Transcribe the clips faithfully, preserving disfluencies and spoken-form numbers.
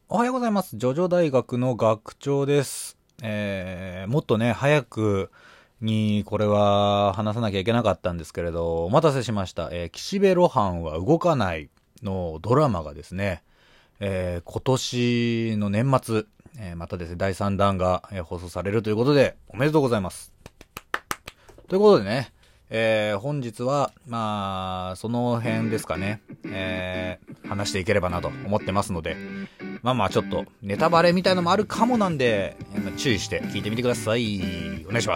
おはようございます。ジョジョ大学の学長です。えー、もっとね、早くにこれは話さなきゃいけなかったんですけれど、お待たせしました。えー、岸辺露伴は動かないのドラマがですね、えー、今年の年末、えー、またですね、だいさんだんが、えー、放送されるということで、おめでとうございます。ということでね、えー、本日は、まあ、その辺ですかね、えー、話していければなと思ってますので、まあまあちょっとネタバレみたいのもあるかもなんで、注意して聞いてみてください。お願いします。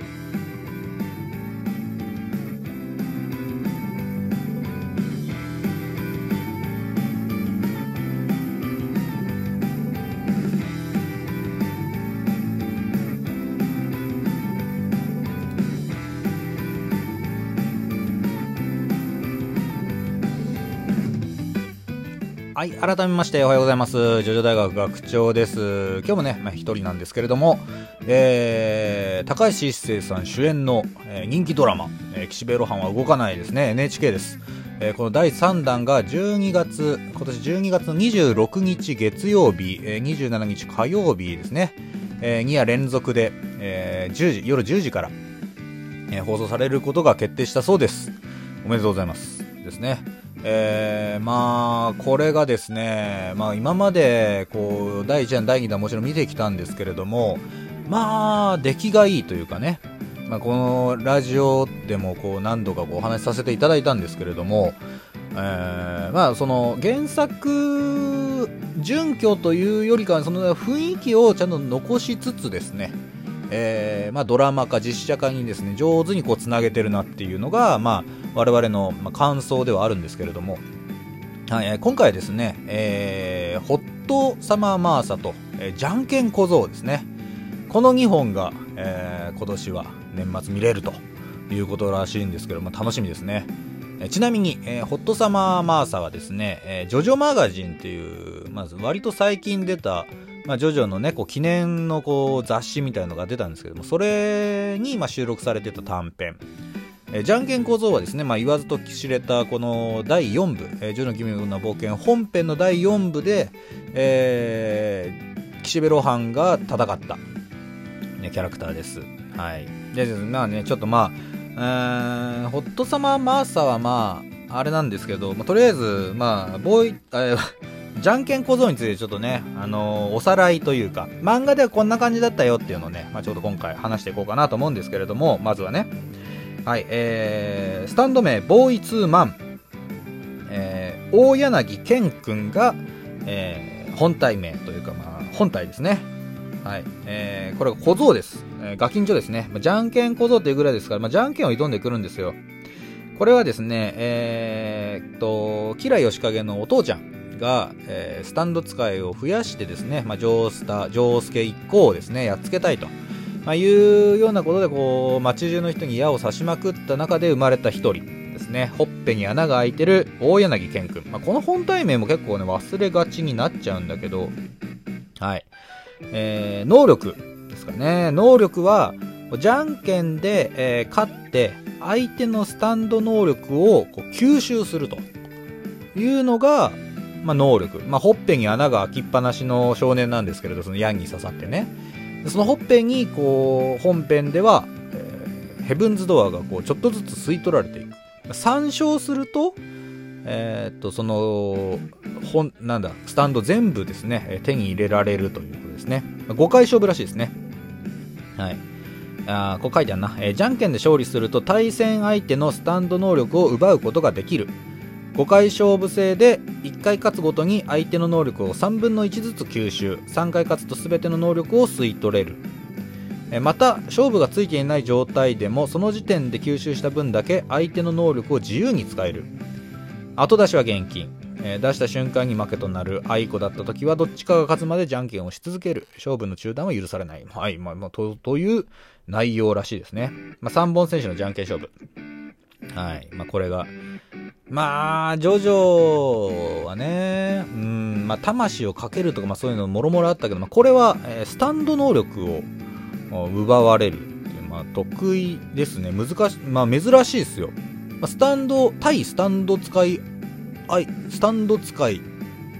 はい、改めましておはようございます。ジョジョ大学学長です。今日もね、まあ、一人なんですけれども、えー、高橋一生さん主演の、えー、人気ドラマ、えー、岸辺露伴は動かないですね、エヌエイチケー です。えー、このだいさんだんがじゅうにがつ、今年じゅうにがつのにじゅうろくにち月曜日、えー、にじゅうしちにち火曜日ですね、えー、に夜連続で、えー、じゅうじ、夜じゅうじから、えー、放送されることが決定したそうです。おめでとうございますですね。えー、まあこれがですね、まあ今までこうだいいちだんだいにだんもちろん見てきたんですけれども、まあ出来がいいというかね、まあ、このラジオでもこう何度かこうお話しさせていただいたんですけれども、えー、まあその原作準拠というよりかはその雰囲気をちゃんと残しつつですね、えーまあ、ドラマ化実写化にですね上手にこうつなげてるなっていうのが、まあ、我々の感想ではあるんですけれども、はい、今回はですね、えー、ホットサマーマーサと、えー、じゃんけん小僧ですね、このにほんが、えー、今年は年末見れるということらしいんですけども、楽しみですね。えー、ちなみに、えー、ホットサマーマーサはですね、えー、ジョジョマガジンっていう、まず割と最近出たまあ、ジョジョのね、こう記念のこう雑誌みたいなのが出たんですけども、それにまあ収録されてた短編。えー、じゃんけん小僧はですね、まあ、言わずと知れたこのだいよんぶ、えー、ジョジョの奇妙な冒険本編のだいよんぶで、えー、岸辺露伴が戦った、ね、キャラクターです。はい。で、まあね、ちょっとまあ、ホットサマーマーサはまあ、あれなんですけど、まあ、とりあえず、まあ、ボーイ、えーじゃんけん小僧についてちょっとね、あのー、おさらいというか、漫画ではこんな感じだったよっていうのをね、まあ、ちょっと今回話していこうかなと思うんですけれども、まずはね、はい、えー、スタンド名、ボーイツーマン、えー、大柳健くんが、えー、本体名というか、まあ、本体ですね。はい、えー、これが小僧です。えー、ガキンチョですね。まあ、じゃんけん小僧っていうぐらいですから、まあ、じゃんけんを挑んでくるんですよ。これはですね、えー、っと、キラヨシカゲのお父ちゃんが、えー、スタンド使いを増やしてですね、まあ、ジョースター、ジョースケ一行をですね、やっつけたいと、まあ、いうようなことで、こう、街中の人に矢を刺しまくった中で生まれた一人ですね、ほっぺに穴が開いてる大柳健くん。まあ、この本体名も結構ね、忘れがちになっちゃうんだけど、はい。えー、能力ですかね。能力は、じゃんけんで、えー、勝って、相手のスタンド能力をこう吸収するというのが、まあ、能力。まあ、ほっぺに穴が開きっぱなしの少年なんですけれど、その矢に刺さってね。そのほっぺに、こう、本編では、えー、ヘブンズドアがこう、ちょっとずつ吸い取られていく。参照すると、えー、っと、その、本、なんだ、スタンド全部ですね、手に入れられるということですね。ごかい勝負らしいですね。はい。あこう書いてあるな、えー、じゃんけんで勝利すると対戦相手のスタンド能力を奪うことができる。ごかい勝負制でいっかい勝つごとに相手の能力をさんぶんのいちずつ吸収、さんかい勝つと全ての能力を吸い取れる。えー、また勝負がついていない状態でもその時点で吸収した分だけ相手の能力を自由に使える。後出しは現金、えー、出した瞬間に負けとなる。あいこだった時はどっちかが勝つまでじゃんけんをし続ける。勝負の中断は許されない。はい、まあ、まあ、と、という内容らしいですね。まあ、さんぼん選手のじゃんけん勝負。はい。まあ、これが。まあ、ジョジョはね、うん、まあ、魂をかけるとか、まあ、そういうのもろもろあったけど、まあ、これは、えー、スタンド能力を奪われる。まあ、得意ですね。難しい、まあ、珍しいですよ。まあ、スタンド、対スタンド使い、あい、スタンド使い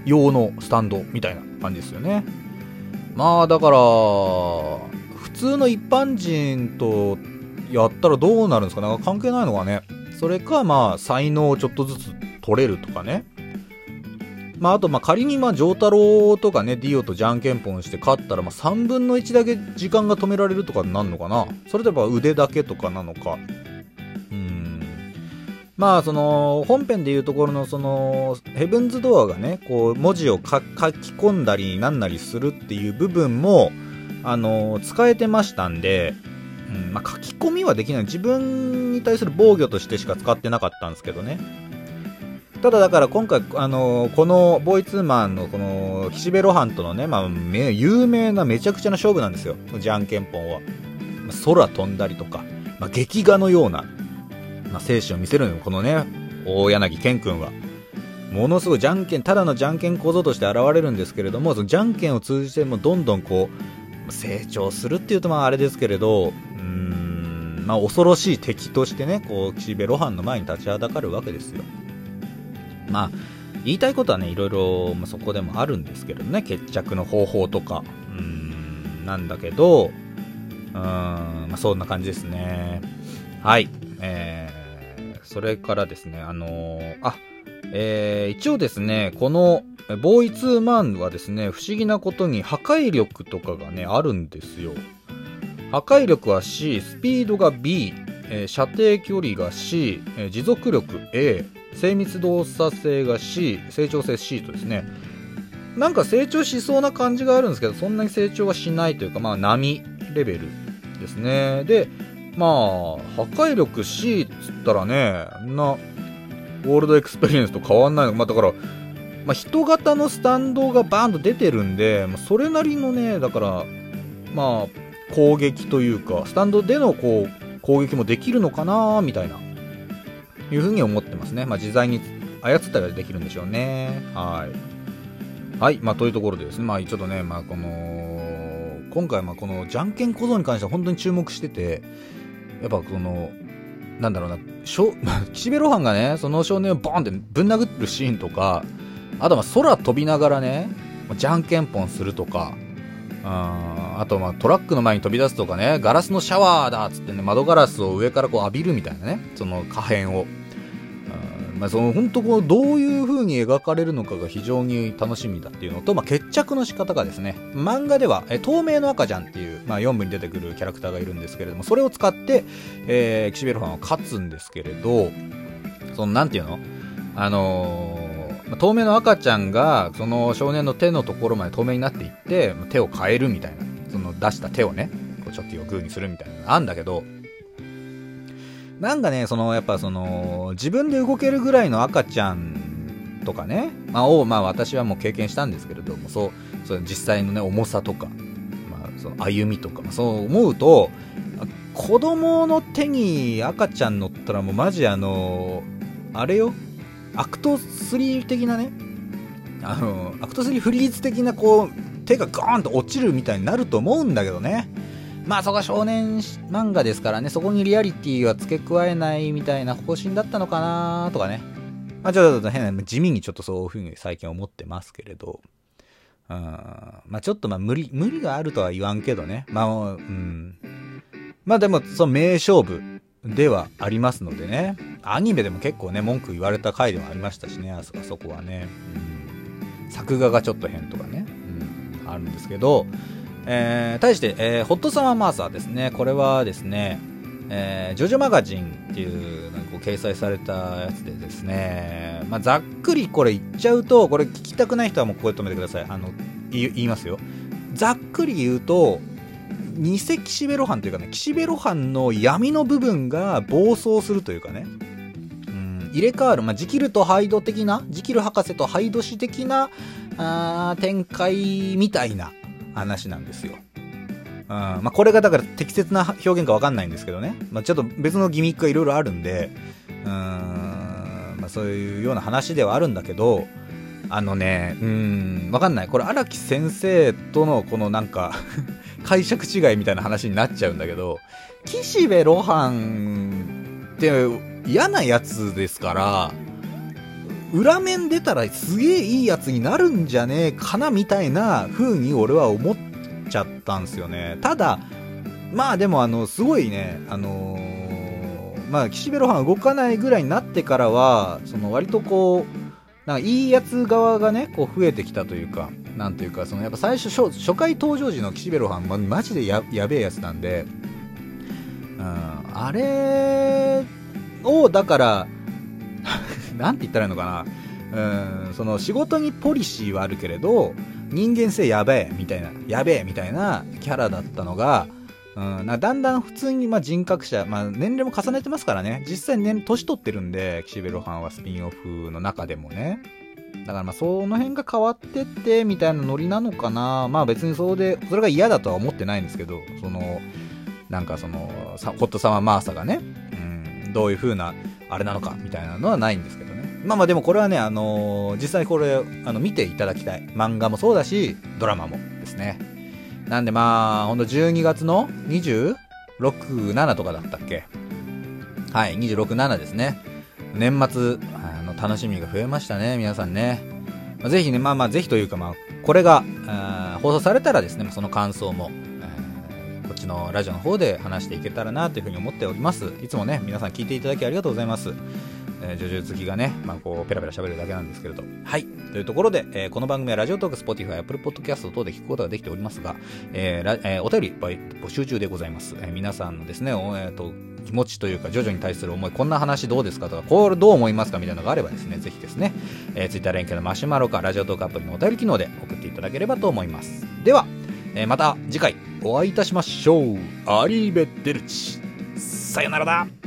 用のスタンドみたいな感じですよね。まあだから普通の一般人とやったらどうなるんですか。なんか関係ないのかね。それかまあ才能をちょっとずつ取れるとかね。まああとまあ仮にまあ丈太郎とかねディオとじゃんけんぽんして勝ったらまあさんぶんのいちだけ時間が止められるとかになるのかな。それとやっぱ腕だけとかなのか。うーん。まあその本編でいうところのそのヘブンズドアがねこう文字を書き込んだりなんなりするっていう部分もあの使えてましたんで、うんまあ、書き込みはできない。自分に対する防御としてしか使ってなかったんですけどね。ただだから今回あのこのボーイツーマンのこの岸辺露伴とのね、まあ、有名なめちゃくちゃな勝負なんですよ、じゃんけんぽんは。空飛んだりとか、まあ、劇画のような、まあ、精神を見せるのよこのね大柳健君は。ものすごいじゃんけん、ただのじゃんけん小僧として現れるんですけれども、そのじゃんけんを通じてもどんどんこう成長するっていうとまああれですけれど、うーんまあ恐ろしい敵としてねこう岸辺露伴の前に立ちはだかるわけですよ。まあ言いたいことはねいろいろ、まあ、そこでもあるんですけどね、決着の方法とかうーんなんだけど、うーんまあそんな感じですね。はい、えー、それからですねあのー、あえー、一応ですねこのボーイツーマンはですね不思議なことに破壊力とかがねあるんですよ。破壊力は C、 スピードが B、えー、射程距離が C、えー、持続力 A、精密動作性が C、 成長性 C とですね、なんか成長しそうな感じがあるんですけどそんなに成長はしないというか、まあ波レベルですね。でまあ破壊力 C っつったらねなゴールドエクスペリエンスと変わんないの、まあ、だから、まあ、人型のスタンドがバーンと出てるんで、まあ、それなりのねだからまあ攻撃というかスタンドでのこう攻撃もできるのかなみたいないうふうに思ってますね。まあ自在に操ったりはできるんでしょうね。はいはい、まあというところでですね、まあちょっとねまあこの今回まあこのじゃんけん小僧に関しては本当に注目してて、やっぱこのなんだろうな岸辺露伴がねその少年をボーンってぶん殴るシーンとか、あとは空飛びながらねじゃんけんぽんするとか、あ, あとまあトラックの前に飛び出すとかね、ガラスのシャワーだっつってね窓ガラスを上からこう浴びるみたいなね、その可変を、まあ、その本当こうどういう風に描かれるのかが非常に楽しみだっていうのと、まあ、決着の仕方がですね漫画ではえ透明の赤ちゃんっていう、まあ、よん部に出てくるキャラクターがいるんですけれども、それを使って、えー、岸辺露伴は勝つんですけれど、そのなんていうのあのー、透明の赤ちゃんがその少年の手のところまで透明になっていって手を変えるみたいな、その出した手をねこうチョキをグーにするみたいなのがあるんだけど、なんかねそのやっぱその自分で動けるぐらいの赤ちゃんとかね、まあ、をまあ私はもう経験したんですけれども、そうそう実際のね重さとか、まあ、その歩みとか、まあ、そう思うと子供の手に赤ちゃん乗ったらもうマジあのあれよアクトスリー的なね、あのアクトスリーフリーズ的なこう手がゴーンと落ちるみたいになると思うんだけどね。まあそこは少年漫画ですからね、そこにリアリティは付け加えないみたいな方針だったのかなとかね、まあちょっと変な地味にちょっとそういう風に最近思ってますけれど、うんまあちょっとまあ無理無理があるとは言わんけどね、まあうんまあでもその名勝負ではありますのでね、アニメでも結構ね文句言われた回でもありましたしね、あそこ、そこはね、うん、作画がちょっと変とかね、うん、あるんですけど、えー、対して、えー、ホットサマーマーサーですね。これはですね、えー、ジョジョマガジンっていうなんかこう掲載されたやつでですね、まあ、ざっくりこれ言っちゃうと、これ聞きたくない人はもうここで止めてください。あの言いますよ。ざっくり言うと偽岸辺露伴というかね、岸辺露伴の闇の部分が暴走するというかね、うん、入れ替わる、まあ、ジキルとハイド的な、ジキル博士とハイド氏的なあ展開みたいな話なんですよ。うんまあ、これがだから適切な表現か分かんないんですけどね、まあ、ちょっと別のギミックがいろいろあるんで、うーん、まあ、そういうような話ではあるんだけど、あのね、うーん分かんない、これ荒木先生とのこのなんか解釈違いみたいな話になっちゃうんだけど、岸辺露伴って嫌なやつですから、 裏面出たらすげえいいやつになるんじゃねえかなみたいな風に俺は思っちゃったんですよね。ただまあでもあのすごいね、あのー、まあ岸辺露伴動かないぐらいになってからはその割とこうなんかいいやつ側がねこう増えてきたというか、なんていうかそのやっぱ最初 初, 初回登場時の岸辺露伴、ま、マジで や, やべえやつなんで、うん、あれをだからなんて言ったらいいのかな、うん、その仕事にポリシーはあるけれど人間性やべえみたいなやべえみたいなキャラだったのが、うん、なんかだんだん普通にまあ人格者、まあ、年齢も重ねてますからね、実際に年年取ってるんで岸辺露伴はスピンオフの中でもね、だからまあその辺が変わってってみたいなノリなのかな。まあ別にそれでそれが嫌だとは思ってないんですけど、そのなんかそのホットサマーマーサがね、うん、どういう風なあれなのかみたいなのはないんですけどね。まあまあでもこれはね、あのー、実際これあの見ていただきたい漫画もそうだしドラマもですね。なんでまあほんとじゅうにがつのにじゅうろく、ななとかだったっけ、はい、にじゅうろく、ななですね。年末あの楽しみが増えましたね皆さんね。まあ、ぜひね、まあまあぜひというかまあこれが放送されたらですね、その感想も、えー、こっちのラジオの方で話していけたらなというふうに思っております。いつもね皆さん聞いていただきありがとうございます。えー、ジョジョ好きがね、まあ、こうペラペラ喋るだけなんですけれど、はい、というところで、えー、この番組はラジオトーク、Spotify、Apple Podcast 等で聞くことができておりますが、えーラえー、お便り募集中でございます。えー、皆さんのですね、えー、と気持ちというかジョジョに対する思い、こんな話どうですかとか、これどう思いますかみたいなのがあればですね、ぜひですね、えー、Twitter 連携のマシュマロかラジオトークアプリのお便り機能で送っていただければと思います。では、えー、また次回お会いいたしましょう。アリーベデルチ、さよならだ。